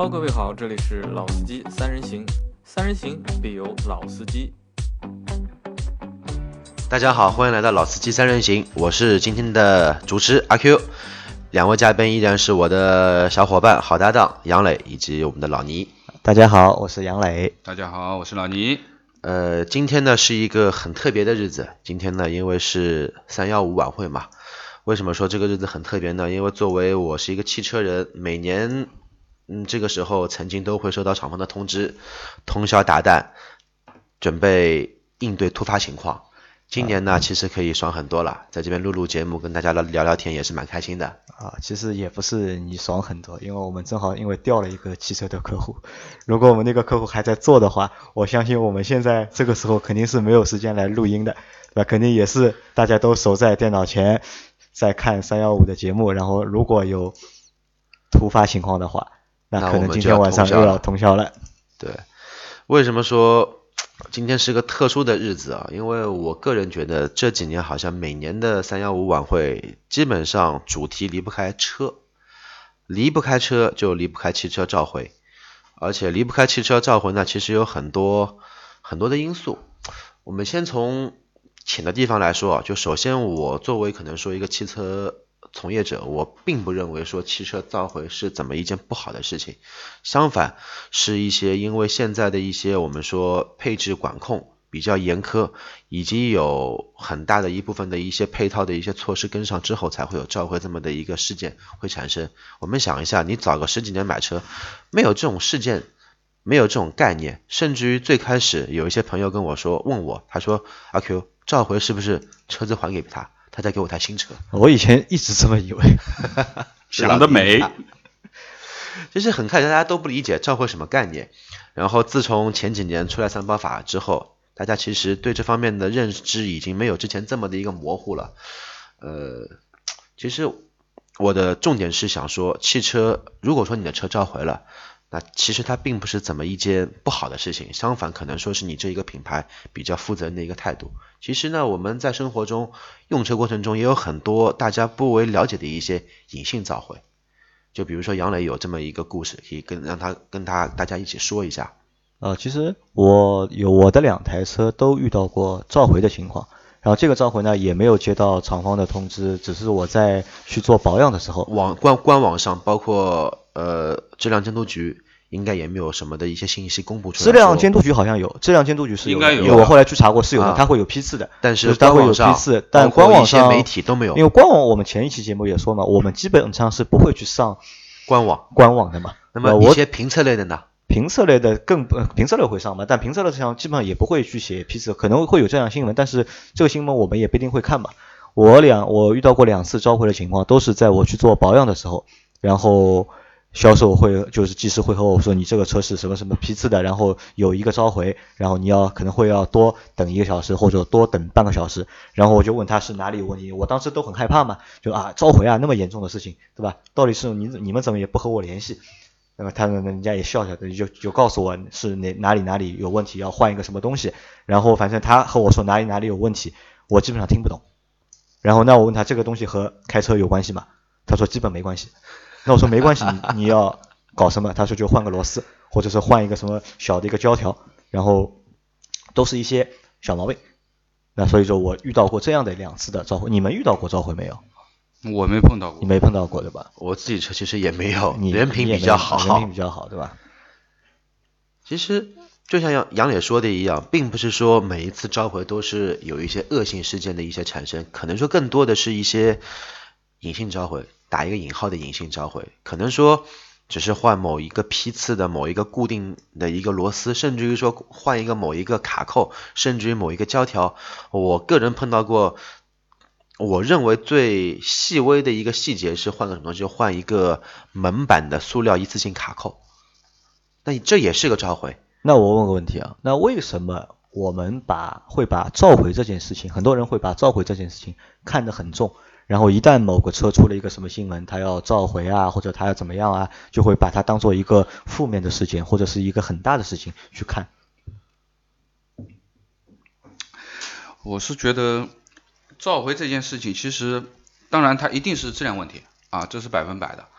Hello， 各位好，这里是老司机三人行，三人行必有老司机。 大家好，欢迎来到老司机三人行，我是今天的主持阿 Q， 两位嘉宾依然是我的小伙伴、好搭档杨磊以及我们的老倪。 大家好，我是杨磊。 大家好，我是老倪。 今天呢是一个很特别的日子，今天呢因为是315晚会嘛。为什么说这个日子很特别呢？因为作为我是一个汽车人，每年这个时候曾经都会收到厂方的通知，通宵达旦，准备应对突发情况。今年呢其实可以爽很多了，在这边录节目跟大家聊聊天也是蛮开心的。 其实也不是你爽很多，因为我们正好调了一个汽车的客户，如果我们那个客户还在做的话，我相信我们现在这个时候肯定是没有时间来录音的，对吧？肯定也是大家都守在电脑前在看315的节目，然后如果有突发情况的话，那可能今天晚上又要通宵了。 对，为什么说今天是个特殊的日子啊？因为我个人觉得这几年好像每年的315晚会基本上主题离不开车，离不开车就离不开汽车召回，而且离不开汽车召回呢，其实有很多的因素。我们先从浅的地方来说啊，就首先我作为可能说一个汽车从业者，我并不认为说汽车召回是怎么一件不好的事情，相反是一些因为现在的一些我们说配置管控比较严苛，以及有很大的一部分的一些配套的一些措施跟上之后，才会有召回这么的一个事件会产生。我们想一下，你早个10几年买车，没有这种事件，没有这种概念，甚至于最开始有一些朋友跟我说，问我，他说阿 Q 召回是不是车子还给他，他再给我台新车？ 我以前一直这么以为想得美。 就是很看大家都不理解召回什么概念，然后自从前几年出来三包法之后，大家其实对这方面的认知已经没有之前这么的一个模糊了。其实我的重点是想说，汽车如果说你的车召回了，那其实它并不是怎么一件不好的事情，相反可能说是你这一个品牌比较负责任的一个态度。其实呢，我们在生活中用车过程中也有很多大家不为了解的一些隐性召回，就比如说杨磊有这么一个故事，可以让他跟大家一起说一下。 其实我的2台车都遇到过召回的情况，然后这个召回呢也没有接到厂方的通知，只是我在去做保养的时候， 官网上包括质量监督局应该也没有什么的一些信息公布出来。 质量监督局好像有，质量监督局是有的， 应该有， 因为我后来去查过是有的，它会有批次的， 但是它会有批次，但官网上一些媒体都没有。 因为官网我们前一期节目也说嘛，我们基本上是不会去上官网的嘛。 那么一些评测类的呢？ 评测类的评测类会上嘛，但评测类上基本上也不会去写批次，可能会有这样新闻，但是这个新闻我们也不一定会看嘛。我遇到过2次召回的情况，都是在我去做保养的时候，然后销售就是技师会和我说你这个车是什么什么批次的，然后有一个召回，然后你可能会要多等1个小时或者多等半个小时，然后我就问他是哪里有问题，我当时都很害怕嘛，就召回那么严重的事情，对吧？到底是你们怎么也不和我联系？那么人家也笑笑的，就告诉我是哪里有问题，要换一个什么东西，然后反正他和我说哪里有问题，我基本上听不懂。然后那我问他这个东西和开车有关系吗？他说基本没关系。那我说没关系，你要搞什么？他说就换个螺丝，或者是换一个什么小的一个胶条，然后都是一些小毛病。那所以说我遇到过这样的2次的召回，你们遇到过召回没有？ 我没碰到过。 你没碰到过对吧？ 我自己车其实也没有， 你人品比较好， 对吧？ 其实就像杨磊说的一样，并不是说每一次召回都是有一些恶性事件的一些产生，可能说更多的是一些隐性召回，打一个引号的隐性召回，可能说只是换某一个批次的某一个固定的一个螺丝，甚至于说换一个某一个卡扣，甚至于某一个胶条。我个人碰到过，我认为最细微的一个细节是换个什么东西，就换一个门板的塑料一次性卡扣，那这也是个召回。 那我问个问题啊，那为什么我们会把召回这件事情，很多人会把召回这件事情看得很重，然后一旦某个车出了一个什么新闻，他要召回或者他要怎么样就会把它当做一个负面的事件或者是一个很大的事情去看？ 我是觉得召回这件事情，其实当然它一定是质量问题这是100%的。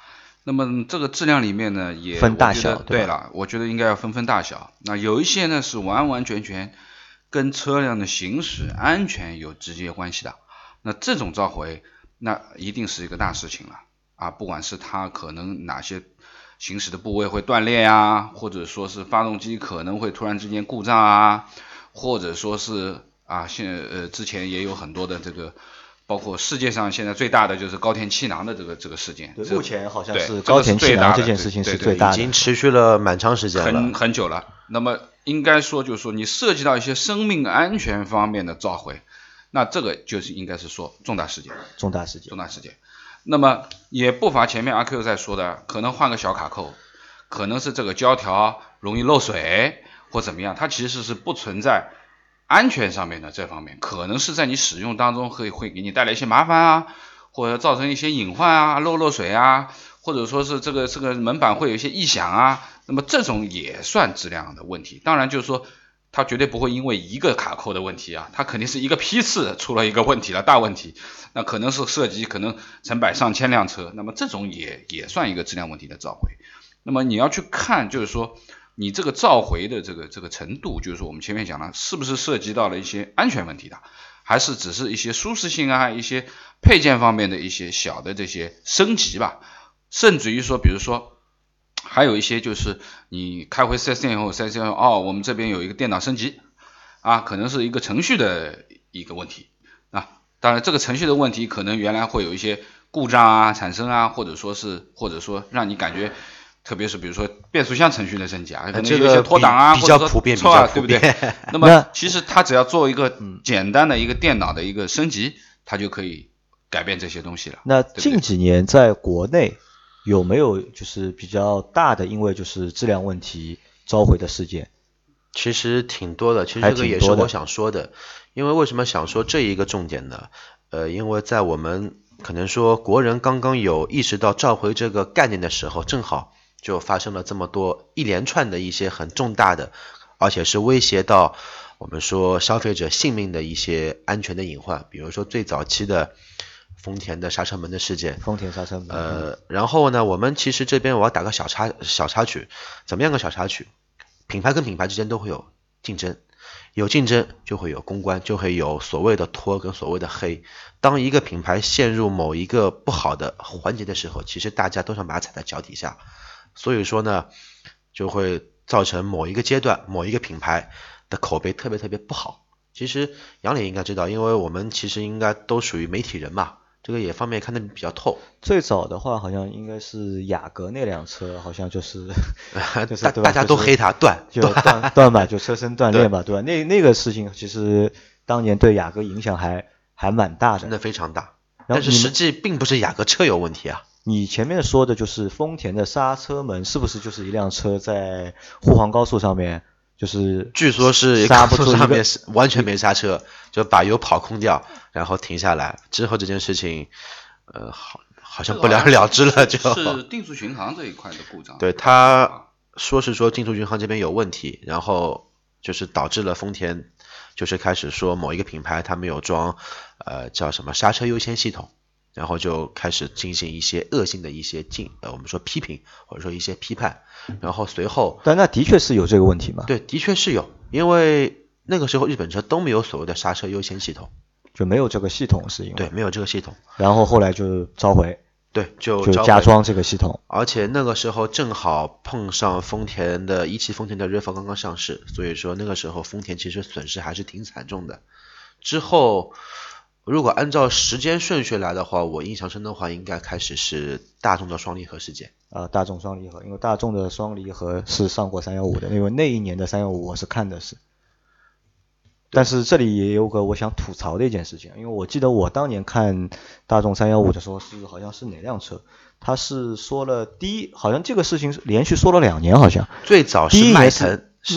那么这个质量里面呢，也分大小， 对了，我觉得应该要分大小。那有一些呢是完完全全跟车辆的行驶安全有直接关系的，那这种召回那一定是一个大事情了啊！不管是它可能哪些行驶的部位会断裂啊，或者说是发动机可能会突然之间故障啊，或者说是啊之前也有很多的这个。包括世界上现在最大的就是高田气囊的这个事件， 对，目前好像是高田气囊这件事情是最大的， 已经持续了蛮长时间了， 很久了。那么应该说就是说你涉及到一些生命安全方面的召回，那这个就是应该是说重大事件。那么也不乏前面阿 Q 在说的，可能换个小卡扣，可能是这个胶条容易漏水或怎么样，它其实是不存在安全上面的这方面，可能是在你使用当中会给你带来一些麻烦啊，或者造成一些隐患啊，漏水啊，或者说是这个门板会有一些异响啊，那么这种也算质量的问题。当然就是说它绝对不会因为一个卡扣的问题啊，它肯定是一个批次出了一个问题了，大问题，那可能是涉及可能成百上千辆车，那么这种也算一个质量问题的召回。那么你要去看就是说你这个召回的这个程度，就是说我们前面讲了，是不是涉及到了一些安全问题的，还是只是一些舒适性啊，一些配件方面的一些小的这些升级吧，甚至于说比如说还有一些就是你开回 4S 店以后 4S 店我们这边有一个电脑升级啊，可能是一个程序的一个问题啊，当然这个程序的问题可能原来会有一些故障啊产生啊，或者说让你感觉特别是比如说变速箱程序的升级啊，可能有一些脱档啊， 比较普遍， 对不对？那么其实它只要做一个简单的一个电脑的一个升级，它就可以改变这些东西了。 那近几年在国内有没有就是比较大的因为就是质量问题召回的事件？ 其实挺多的，其实这个也是我想说的。因为为什么想说这一个重点呢？因为在我们可能说国人刚刚有意识到召回这个概念的时候，正好就发生了这么多一连串的一些很重大的，而且是威胁到我们说消费者性命的一些安全的隐患，比如说最早期的丰田的刹车门的事件， 丰田刹车门。 然后呢，我们其实这边我要打个小插曲，怎么样个小插曲？品牌跟品牌之间都会有竞争，有竞争就会有公关，就会有所谓的拖跟所谓的黑。当一个品牌陷入某一个不好的环节的时候，其实大家都想把它踩在脚底下，所以说呢，就会造成某一个阶段某一个品牌的口碑特别特别不好。其实杨磊应该知道，因为我们其实应该都属于媒体人嘛，这个也方面看得比较透。 最早的话好像应该是雅阁那辆车，好像就是大家都黑它断嘛，就车身断裂嘛，对吧？那个事情其实当年对雅阁影响还蛮大的， 真的非常大。但是实际并不是雅阁车有问题啊。 你前面说的就是丰田的刹车门，是不是就是一辆车在沪杭高速上面，就是据说是刹不住上面完全没刹车，就把油跑空掉，然后停下来之后这件事情，好像不了了之了， 就是定速巡航这一块的故障。 对，他说是说定速巡航这边有问题，然后就是导致了丰田就是开始说某一个品牌他没有装叫什么刹车优先系统。然后就开始进行一些恶性的一些我们说批评或者说一些批判，然后随后但那的确是有这个问题吗？ 对，的确是有，因为那个时候日本车都没有所谓的刹车优先系统， 就没有这个系统，是因为对没有这个系统， 然后后来就召回， 对就加装这个系统， 而且那个时候正好碰上丰田的RAV4刚刚上市，所以说那个时候丰田其实损失还是挺惨重的。之后如果按照时间顺序来的话，我印象深的话应该开始是大众的双离合事件。 大众双离合，因为大众的双离合是上过315的，因为那一年的315我是看的是。但是这里也有个我想吐槽的一件事情，因为我记得我当年看大众315的时候好像是哪辆车，他是说了好像这个事情连续说了2年，好像最早是迈腾是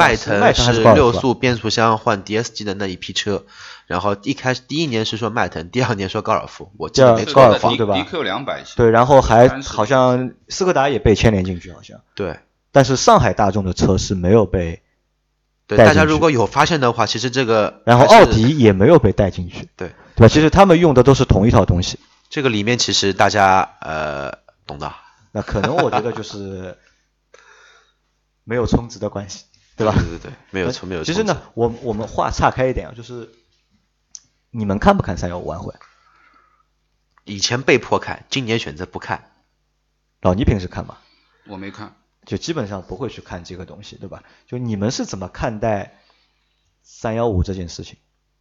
6速变速箱换 DSG 的那一批车，然后第一年是说迈腾，第2年说高尔夫，我记得没错， 高尔夫对吧 DQ200 对，然后还好像斯柯达也被牵连进去好像。 对， 但是上海大众的车是没有被对，大家如果有发现的话，其实这个然后奥迪也没有被带进去， 对吧？其实他们用的都是同一套东西。 这个里面其实大家懂的。 那可能我觉得就是没有充值的关系，对吧？ 对，没有充值。 其实呢，我们话岔开一点啊，就是你们看不看315晚会？ 以前被迫看，今年选择不看。 老倪平时看吗？ 我没看， 就基本上不会去看这个东西，对吧？就你们是怎么看待315这件事情？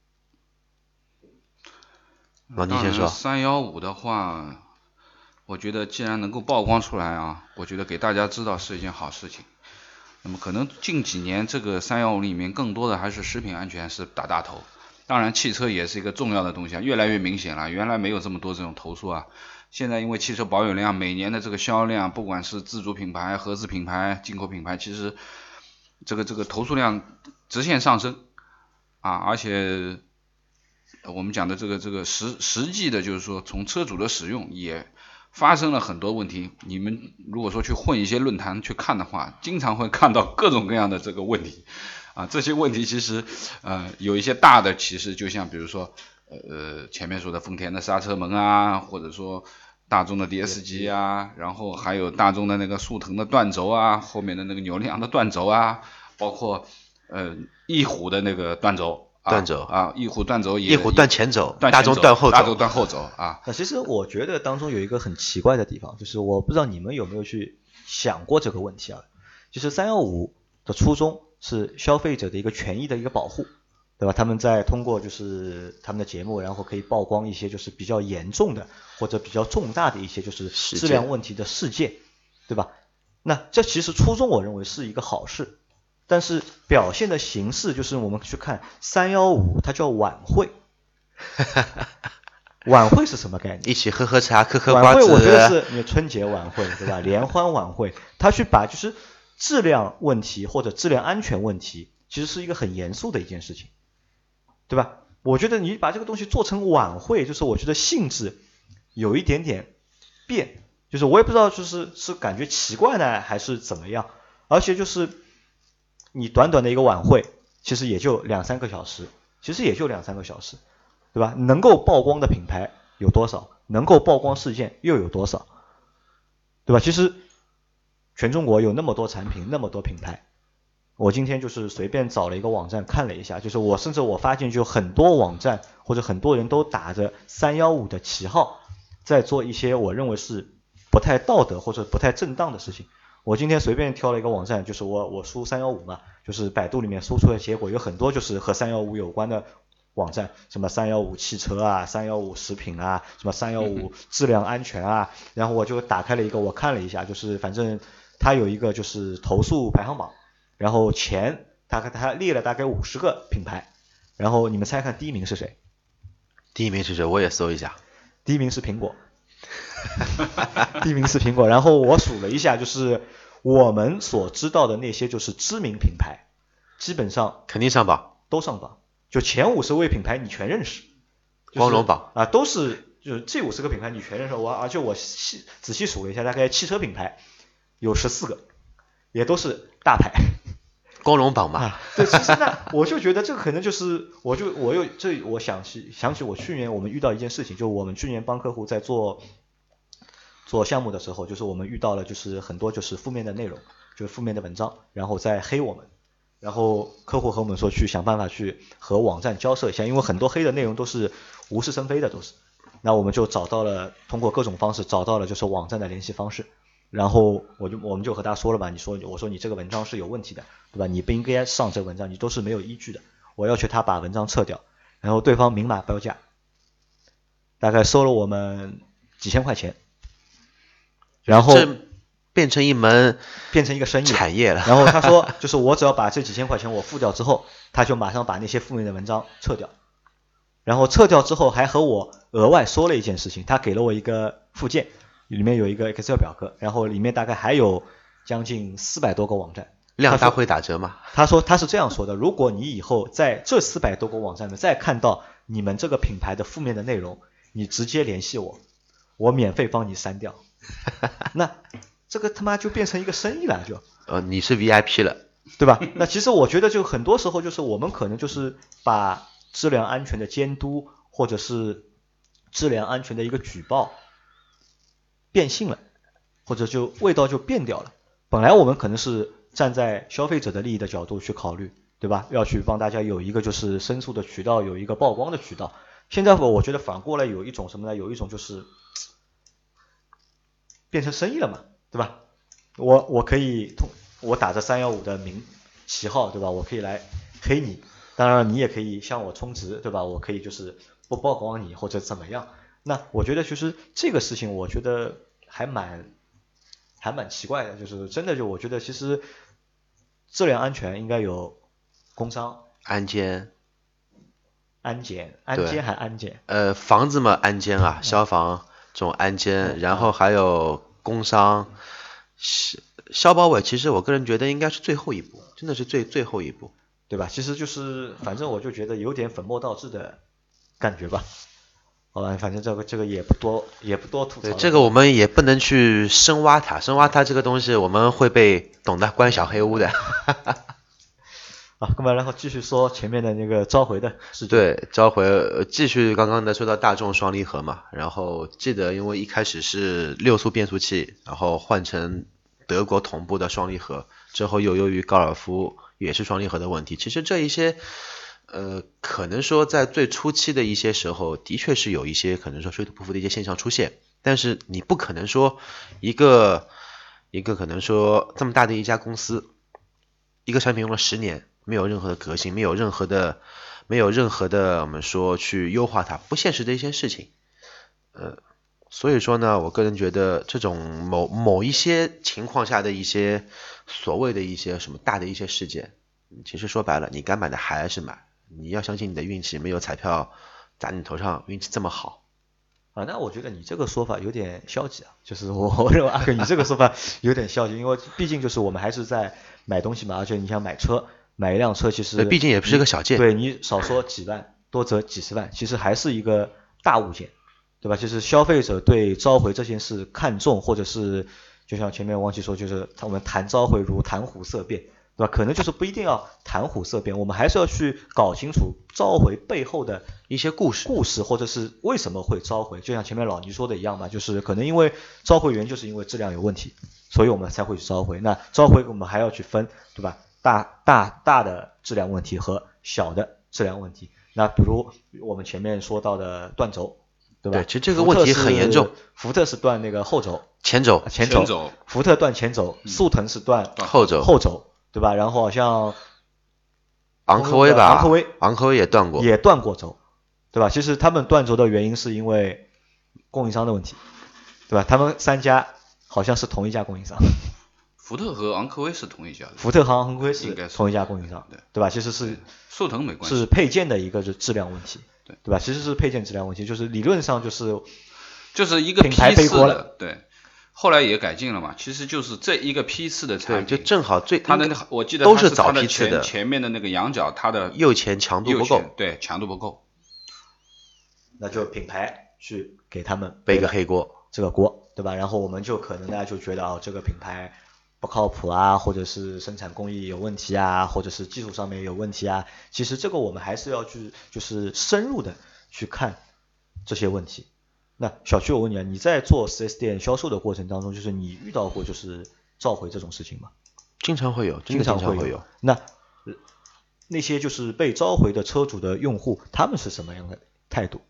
老倪先说。 315的话，我觉得既然能够曝光出来啊，我觉得给大家知道是一件好事情。那么可能近几年这个315里面更多的还是食品安全是打大头，当然汽车也是一个重要的东西啊，越来越明显了，原来没有这么多这种投诉啊。现在因为汽车保有量每年的这个销量，不管是自主品牌、合资品牌、进口品牌，其实这个投诉量直线上升啊，而且我们讲的这个实际的就是说从车主的使用也发生了很多问题。你们如果说去混一些论坛去看的话，经常会看到各种各样的这个问题啊，这些问题其实有一些大的，其实就像比如说前面说的丰田的刹车门啊，或者说大众的 DS 级啊，然后还有大众的那个速腾的断轴啊，后面的那个扭力梁的断轴啊，包括翼虎的那个断轴啊，翼虎断轴也， 翼虎断前轴，大众断后轴， 大众断后轴啊。 那其实我觉得当中有一个很奇怪的地方，就是我不知道你们有没有去想过这个问题啊，就是315的初衷是消费者的一个权益的一个保护，对吧？他们在通过就是他们的节目，然后可以曝光一些就是比较严重的或者比较重大的一些就是质量问题的事件，对吧？那这其实初衷我认为是一个好事，但是表现的形式就是我们去看315，它叫晚会。晚会是什么概念？ 一起喝喝茶，嗑嗑瓜子。 晚会我觉得是你春节晚会，对吧？联欢晚会，他去把就是质量问题或者质量安全问题，其实是一个很严肃的一件事情，对吧？我觉得你把这个东西做成晚会，就是我觉得性质有一点点变，就是我也不知道是感觉奇怪呢还是怎么样，而且就是你短短的一个晚会，其实也就2-3个小时，对吧？能够曝光的品牌有多少？能够曝光事件又有多少？对吧？其实全中国有那么多产品，那么多品牌，我今天就是随便找了一个网站看了一下，就是甚至我发现就很多网站或者很多人都打着315的旗号，在做一些我认为是不太道德或者不太正当的事情。我今天随便挑了一个网站，就是我输315嘛，就是百度里面输出的结果有很多就是和315有关的网站，什么315汽车啊，315食品啊，什么315质量安全啊，然后我就打开了一个，我看了一下，就是反正它有一个就是投诉排行榜，然后它列了大概50个品牌，然后你们猜看第一名是谁？ 第一名是谁？我也搜一下。 第一名是苹果。第一名是苹果，然后我数了一下，就是我们所知道的那些就是知名品牌，基本上肯定上榜， 都上榜，就前50位品牌你全认识， 光荣榜啊，都是就是这50个品牌你全认识。而且我仔细数了一下，大概汽车品牌有14个，也都是大牌。 光荣榜嘛， 啊，对，其实呢，我就觉得这个可能就是，我想起我去年我们遇到一件事情，就我们去年帮客户在做项目的时候，就是我们遇到了就是很多就是负面的内容，就是负面的文章，然后在黑我们，然后客户和我们说去想办法去和网站交涉一下，因为很多黑的内容都是无事生非的都是，那我们就通过各种方式找到了就是网站的联系方式。然后我们就和他说了吧，我说你这个文章是有问题的，对吧？你不应该上这个文章，你都是没有依据的。我要求他把文章撤掉，然后对方明码标价，大概收了我们几千块钱，然后这变成一个生意产业了。 然后他说，就是我只要把这几千块钱我付掉之后，他就马上把那些负面的文章撤掉。然后撤掉之后还和我额外说了一件事情，他给了我一个附件。里面有一个 Excel 表格，然后里面大概还有将近400多个网站。 量大会打折吗？ 他说他是这样说的，如果你以后在这400多个网站里再看到你们这个品牌的负面的内容，你直接联系我，我免费帮你删掉。那这个他妈就变成一个生意了就。 你是 VIP 了， 对吧？那其实我觉得就很多时候就是我们可能就是把质量安全的监督或者是质量安全的一个举报变性了， 或者就味道就变掉了。本来我们可能是站在消费者的利益的角度去考虑，对吧？要去帮大家有一个就是申诉的渠道，有一个曝光的渠道。现在我觉得反过来有一种什么呢？有一种就是变成生意了嘛，对吧？我可以我打着315的旗号，对吧？我可以来黑你，当然你也可以向我充值，对吧？我可以就是不曝光你或者怎么样。那我觉得就是这个事情，我觉得还蛮奇怪的，就是真的就我觉得其实质量安全应该有工商、 安监还安检？ 房子嘛安监啊，消防这种安监，然后还有工商、消保委，其实我个人觉得应该是最后一步，真的是最后一步， 对吧？其实就是反正我就觉得有点粉末倒置的感觉吧。好吧，反正这个也不多吐槽。 对，这个我们也不能去深挖它这个东西，我们会被懂得关小黑屋的。 好，那么然后继续说前面的那个召回的事情。 对，召回继续刚刚的说到大众双离合嘛，然后记得因为一开始是6速变速器，然后换成德国同步的双离合，之后又由于高尔夫也是双离合的问题，其实这一些可能说在最初期的一些时候，的确是有一些可能说水土不服的一些现象出现，但是你不可能说一个可能说这么大的一家公司，一个产品用了10年，没有任何的革新，没有任何的我们说去优化它，不现实的一些事情。所以说呢，我个人觉得这种某一些情况下的一些所谓的一些什么大的一些事件，其实说白了，你该买的还是买，你要相信你的运气，没有彩票砸你头上运气这么好。 那我觉得你这个说法有点消极啊，就是我认为阿哥你这个说法有点消极，因为毕竟就是我们还是在买东西嘛，而且你想买一辆车，其实毕竟也不是个小件， 对，你少说几万，多则几十万，其实还是一个大物件，对吧？就是消费者对召回这件事看重，或者是就像前面忘记说，就是我们谈召回如谈虎色变，对吧？可能就是不一定要谈虎色变，我们还是要去搞清楚召回背后的一些故事， 或者是为什么会召回。就像前面老倪说的一样嘛，就是可能因为召回源就是因为质量有问题，所以我们才会去召回。那召回我们还要去分，对吧？大的质量问题和小的质量问题。那比如我们前面说到的断轴，对吧？ 对，其实这个问题很严重。 福特是断那个后轴， 前轴， 福特断前轴，速腾是断后轴， 对吧？然后好像昂科威也断过轴，对吧？其实他们断轴的原因是因为供应商的问题，对吧？他们3家好像是同一家供应商。 福特和昂科威是同一家的。 福特和昂科威是同一家供应商，对吧？其实是速腾没关系， 是配件的一个质量问题，对吧？其实是配件质量问题，就是理论上就是一个品牌背锅了， 对。后来也改进了嘛，其实就是这一个批次的产品， 就正好它的我记得都是早批次的， 前面的那个羊角它的右前强度不够， 对，强度不够， 那就品牌去给他们背个黑锅， 这个锅，对吧？然后我们就可能大家就觉得这个品牌不靠谱啊，或者是生产工艺有问题啊，或者是技术上面有问题啊。其实这个我们还是要去就是深入的去看这些问题。那小区我问你啊，你在做 4S 店销售的过程当中，就是你遇到过就是召回这种事情吗？ 经常会有。 那些就是被召回的车主的用户，他们是什么样的态度？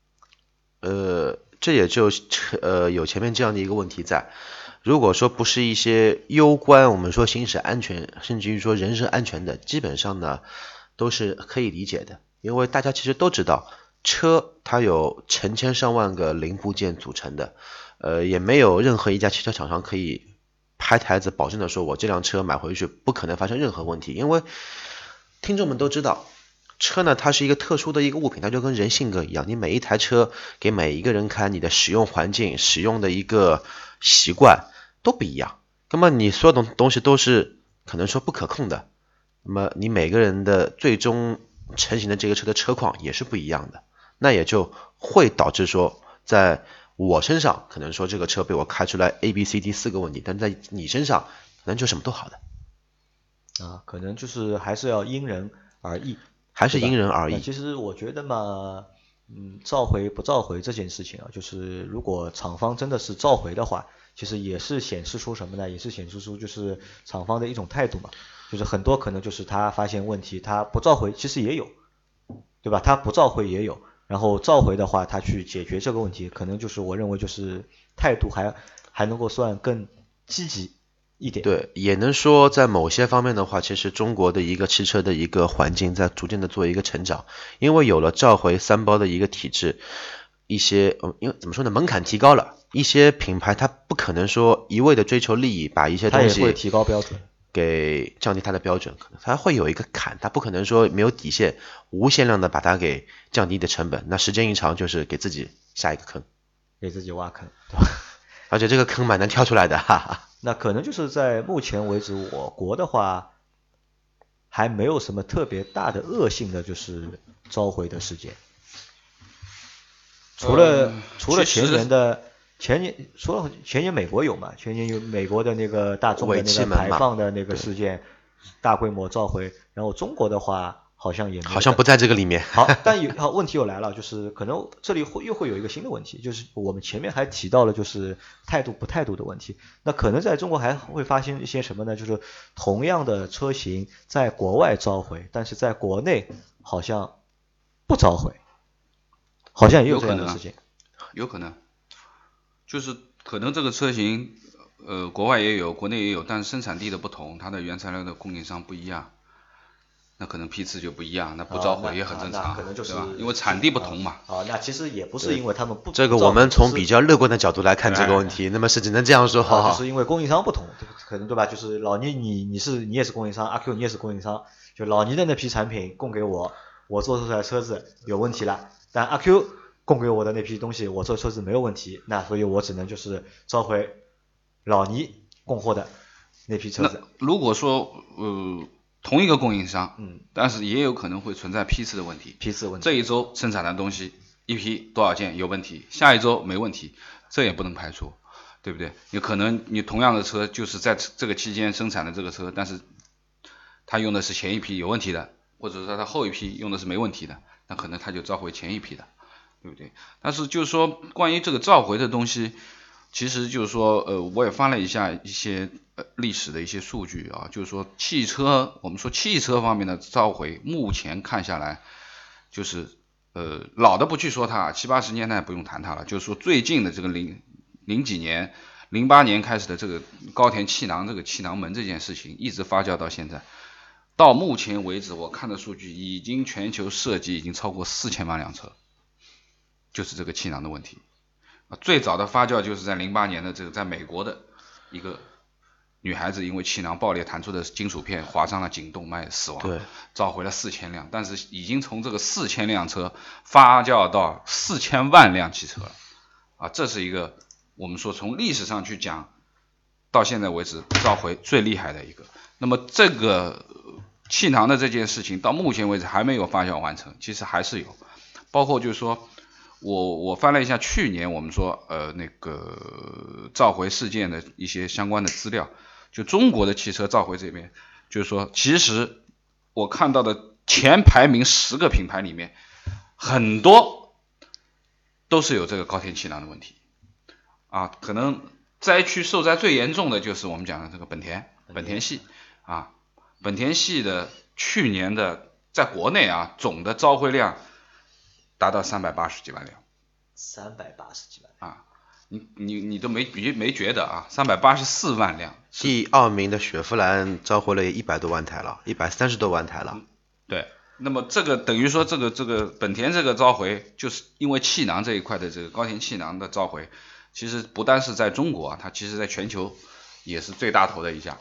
这也就有前面这样的一个问题在。如果说不是一些攸关我们说行驶安全，甚至于说人身安全的，基本上呢都是可以理解的，因为大家其实都知道。车它有成千上万个零部件组成的，也没有任何一家汽车厂商可以拍台子保证的说我这辆车买回去不可能发生任何问题，因为听众们都知道，车呢它是一个特殊的一个物品，它就跟人性格一样，你每一台车给每一个人开，你的使用环境、使用的一个习惯都不一样，那么你所有的东西都是可能说不可控的，那么你每个人的最终成型的这个车的车况也是不一样的。那也就会导致说，在我身上可能说这个车被我开出来 A、B、C、D 4个问题，但在你身上可能就什么都好的。 可能就是还是要因人而异， 还是因人而异。 其实我觉得嘛，召回不召回这件事情啊，就是如果厂方真的是召回的话， 其实也是显示出什么呢？也是显示出就是厂方的一种态度嘛，就是很多可能就是他发现问题，他不召回，其实也有，对吧？他不召回也有，然后召回的话，他去解决这个问题，可能就是我认为就是态度还能够算更积极一点。 对，也能说在某些方面的话，其实中国的一个汽车的一个环境在逐渐的做一个成长，因为有了召回3包的一个体制，一些因为怎么说呢，门槛提高了，一些品牌它不可能说一味的追求利益，把一些东西它也会提高标准， 给降低它的标准，它会有一个坎，它不可能说没有底线，无限量的把它给降低的成本，那时间一长就是给自己下一个坑， 给自己挖坑，对吧？ 而且这个坑蛮难跳出来的，哈哈。 那可能就是在目前为止，我国的话还没有什么特别大的恶性的就是召回的事件，除了前年美国有嘛，前年有美国的那个大众的那个排放的那个事件，大规模召回，然后中国的话好像也没有， 好像不在这个里面。 好，但问题又来了，就是可能这里又会有一个新的问题，就是我们前面还提到了就是态度不态度的问题，那可能在中国还会发生一些什么呢？就是同样的车型在国外召回，但是在国内好像不召回，好像也有这样的事情。 有可能，就是可能这个车型国外也有，国内也有，但是生产地的不同，它的原材料的供应商不一样。那可能批次就不一样，那不召回也很正常， 可能就是对吧？因为产地不同嘛。 那其实也不是因为他们不这个我们从比较乐观的角度来看这个问题，那么是只能这样说， 就是因为供应商不同，可能对吧？就是老倪你也是供应商，阿 Q 你也是供应商，就老倪的那批产品供给我做出来车子有问题了，但阿 Q 供给我的那批东西我做车子没有问题，那所以我只能就是召回老倪供货的那批车子。 那如果说同一个供应商，但是也有可能会存在批次的问题。这一周生产的东西一批多少件有问题，下一周没问题，这也不能排除，对不对？有可能你同样的车就是在这个期间生产的这个车，但是他用的是前一批有问题的，或者说他后一批用的是没问题的，那可能他就召回前一批的，对不对？但是就是说关于这个召回的东西，其实就是说我也翻了一下一些历史的一些数据啊，就是说我们说汽车方面的召回，目前看下来，就是老的不去说它，70、80年代不用谈它了，就是说最近的这个零几年08年开始的这个高田气囊这个气囊门这件事情，一直发酵到现在，到目前为止我看的数据已经全球涉及已经超过4000万辆车，就是这个气囊的问题。最早的发酵就是在08年的这个在美国的一个女孩子因为气囊爆裂弹出的金属片划伤了颈动脉死亡，召回了4000辆，但是已经从这个4000辆车发酵到4000万辆汽车了这是一个我们说从历史上去讲到现在为止召回最厉害的一个。那么这个气囊的这件事情到目前为止还没有发酵完成，其实还是有，包括就是说我翻了一下去年我们说那个召回事件的一些相关的资料，就中国的汽车召回这边，就是说其实我看到的前排名10个品牌里面，很多都是有这个高田气囊的问题可能灾区受灾最严重的就是我们讲的这个本田系本田系的去年的在国内总的召回量达到380几万辆 ，380几万你都没觉得384万辆。 第2名的雪佛兰召回了100多万台了，130多万台了。 对，那么这个等于说这个本田这个召回，就是因为气囊这一块的这个高田气囊的召回，其实不单是在中国它其实在全球也是最大头的一家。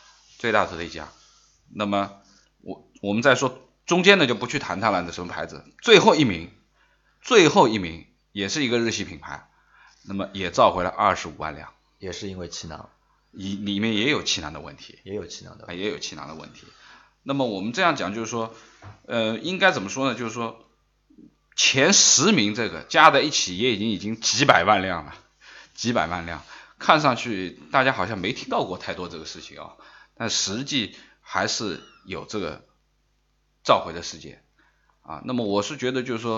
那么我们再说中间的就不去谈它了，什么牌子，最后一名也是一个日系品牌，那么也召回了25万辆， 也是因为气囊， 里面也有气囊的问题， 也有气囊的问题。 那么我们这样讲就是说应该怎么说呢，就是说前10名这个加在一起也已经几百万辆了，看上去大家好像没听到过太多这个事情但实际还是有这个召回的事件那么我是觉得就是说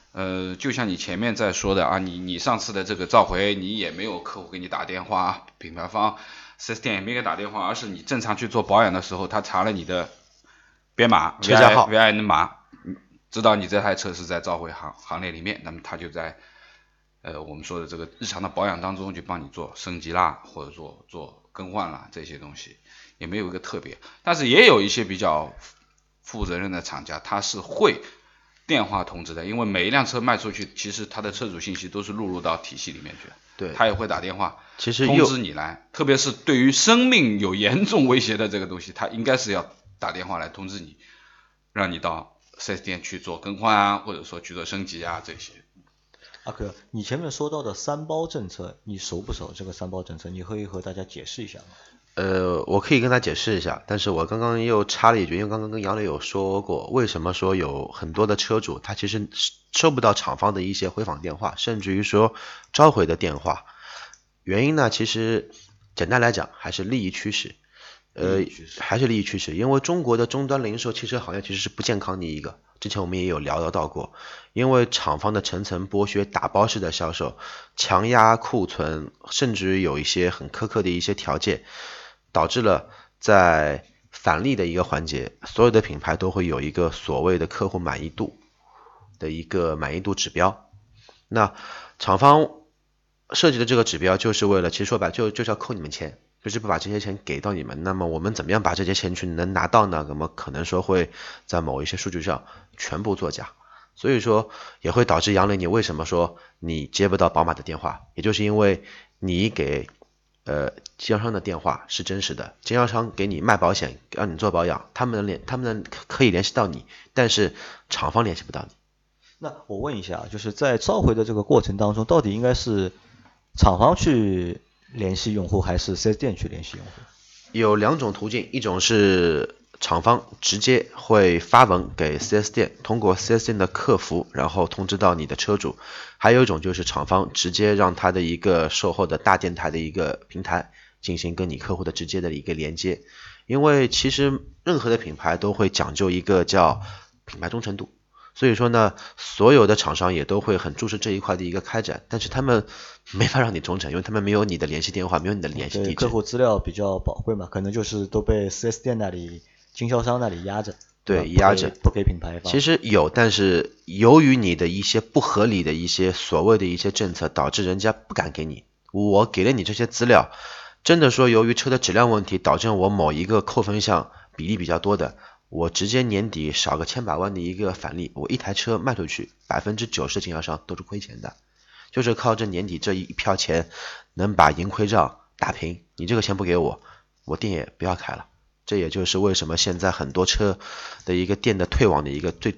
就像你前面在说的啊，你上次的这个召回，你也没有客户给你打电话，品牌方 4S 店也没给打电话，而是你正常去做保养的时候，他查了你的编码、 车架号、 VIN 码，知道你这台车是在召回行列里面，那么他就在我们说的这个日常的保养当中就帮你做升级啦，或者做更换啦，这些东西也没有一个特别，但是也有一些比较负责任的厂家，他是会电话通知的，因为每一辆车卖出去，其实他的车主信息都是录入到体系里面去， 对， 他也会打电话其实通知你来，特别是对于生命有严重威胁的这个东西，他应该是要打电话来通知你，让你到 4S 店去做更换啊，或者说去做升级啊这些。 阿哥，你前面说到的三包政策，你熟不熟？这个三包政策，你可以和大家解释一下吗？ 我可以跟他解释一下，但是我刚刚又插了一句，因为刚刚跟杨磊有说过，为什么说有很多的车主他其实收不到厂方的一些回访电话，甚至于说召回的电话，原因呢，其实简单来讲还是利益驱使，还是利益驱使，因为中国的终端零售汽车行业其实是不健康的一个，之前我们也有聊到过，因为厂方的层层剥削、打包式的销售、强压库存，甚至有一些很苛刻的一些条件，导致了在返利的一个环节，所有的品牌都会有一个所谓的客户满意度的一个满意度指标。那厂方设计的这个指标就是为了，其实说白就是要扣你们钱，就是不把这些钱给到你们。那么我们怎么样把这些钱去能拿到呢？那么可能说会在某一些数据上全部作假，所以说也会导致杨磊，你为什么说你接不到宝马的电话，也就是因为你给经销商的电话是真实的，经销商给你卖保险让你做保养，他们可以联系到你，但是厂方联系不到你。 那我问一下，就是在召回的这个过程当中，到底应该是厂方去联系用户，还是 4S 店去联系用户？ 有两种途径，一种是厂方直接会发文给 4S 店，通过 4S 店的客服，然后通知到你的车主。还有一种就是厂方直接让他的一个售后的大电台的一个平台进行跟你客户的直接的一个连接。因为其实任何的品牌都会讲究一个叫品牌忠诚度，所以说呢，所有的厂商也都会很重视这一块的一个开展，但是他们没法让你忠诚，因为他们没有你的联系电话，没有你的联系地址。 客户资料比较宝贵嘛，可能就是都被 4S 店那里、经销商那里压着。 对，压着不给品牌方。 其实有，但是由于你的一些不合理的一些所谓的一些政策，导致人家不敢给你。我给了你这些资料，真的说由于车的质量问题，导致我某一个扣分项比例比较多的，我直接年底少个千把万的一个返利，我一台车卖出去，90%经销商都是亏钱的，就是靠这年底这一票钱能把盈亏账打平。你这个钱不给我，我店也不要开了。这也就是为什么现在很多车的一个店的退网的一个最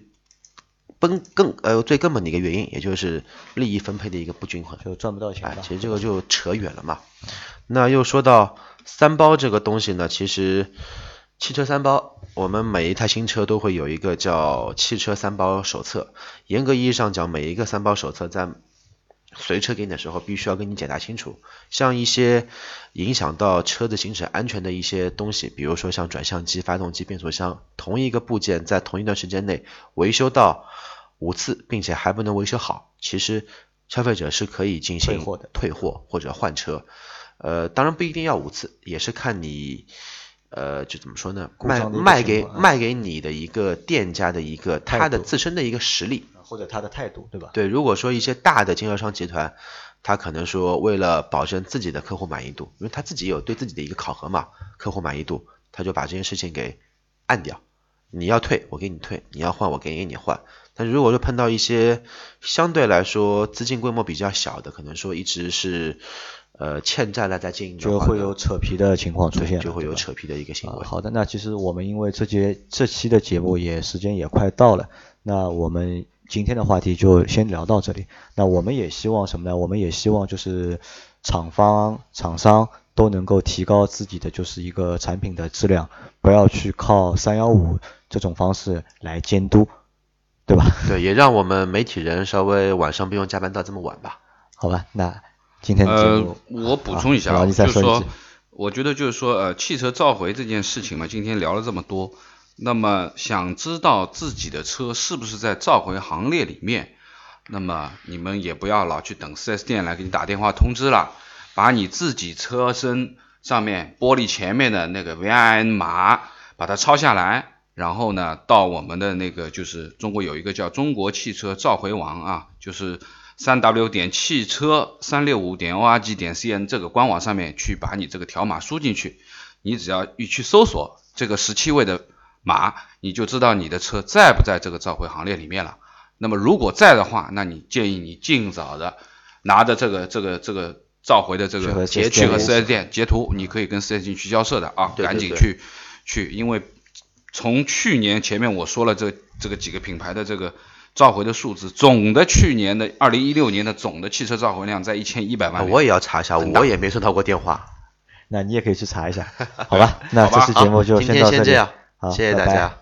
根本的一个原因，也就是利益分配的一个不均衡， 就赚不到钱吧。 其实这个就扯远了嘛。那又说到三包这个东西呢，其实汽车三包，我们每一台新车都会有一个叫汽车三包手册。严格意义上讲，每一个三包手册在随车给你的时候必须要跟你解答清楚，像一些影响到车子行驶安全的一些东西，比如说像转向机、发动机、变速箱，同一个部件在同一段时间内维修到5次，并且还不能维修好，其实消费者是可以进行退货或者换车。当然不一定要5次，也是看你就怎么说呢，卖给你的一个店家的一个他的自身的一个实力或者他的态度，对吧？ 对，如果说一些大的经销商集团，他可能说为了保证自己的客户满意度，因为他自己有对自己的一个考核嘛，客户满意度，他就把这件事情给按掉。你要退我给你退，你要换我给你换。但是如果说碰到一些相对来说资金规模比较小的，可能说一直是欠债了在经营的话， 就会有扯皮的情况出现， 就会有扯皮的一个行为。 好的，那其实我们因为这期的节目时间也快到了，那我们今天的话题就先聊到这里。那我们也希望什么呢？我们也希望就是厂商都能够提高自己的就是一个产品的质量，不要去靠315这种方式来监督，对吧？ 对，也让我们媒体人稍微晚上不用加班到这么晚吧。 好吧，那今天的节目我补充一下，就是说我觉得就是说汽车召回这件事情嘛，今天聊了这么多，那么想知道自己的车是不是在召回行列里面， 那么你们也不要老去等 4S 店来给你打电话通知了，把你自己车身上面玻璃前面的那个 VIN 码把它抄下来，然后呢到我们的那个就是中国有一个叫中国汽车召回网啊，就是3w 点汽车365点 org 点 cn 这个官网上面去把你这个条码输进去，你只要一去搜索这个17位的码，你就知道你的车在不在这个召回行列里面了。那么如果在的话，那你建议你尽早的拿着这个召回的这个去和 4S 店截图，你可以跟 4S 店去交涉的啊，赶紧去，因为从去年前面我说了这个几个品牌的这个召回的数字，总的去年的2016年的总的汽车召回量在1100万。 我也要查一下，我也没收到过电话。 那你也可以去查一下，好吧？那这期节目就今天先这样， 好， 谢谢大家。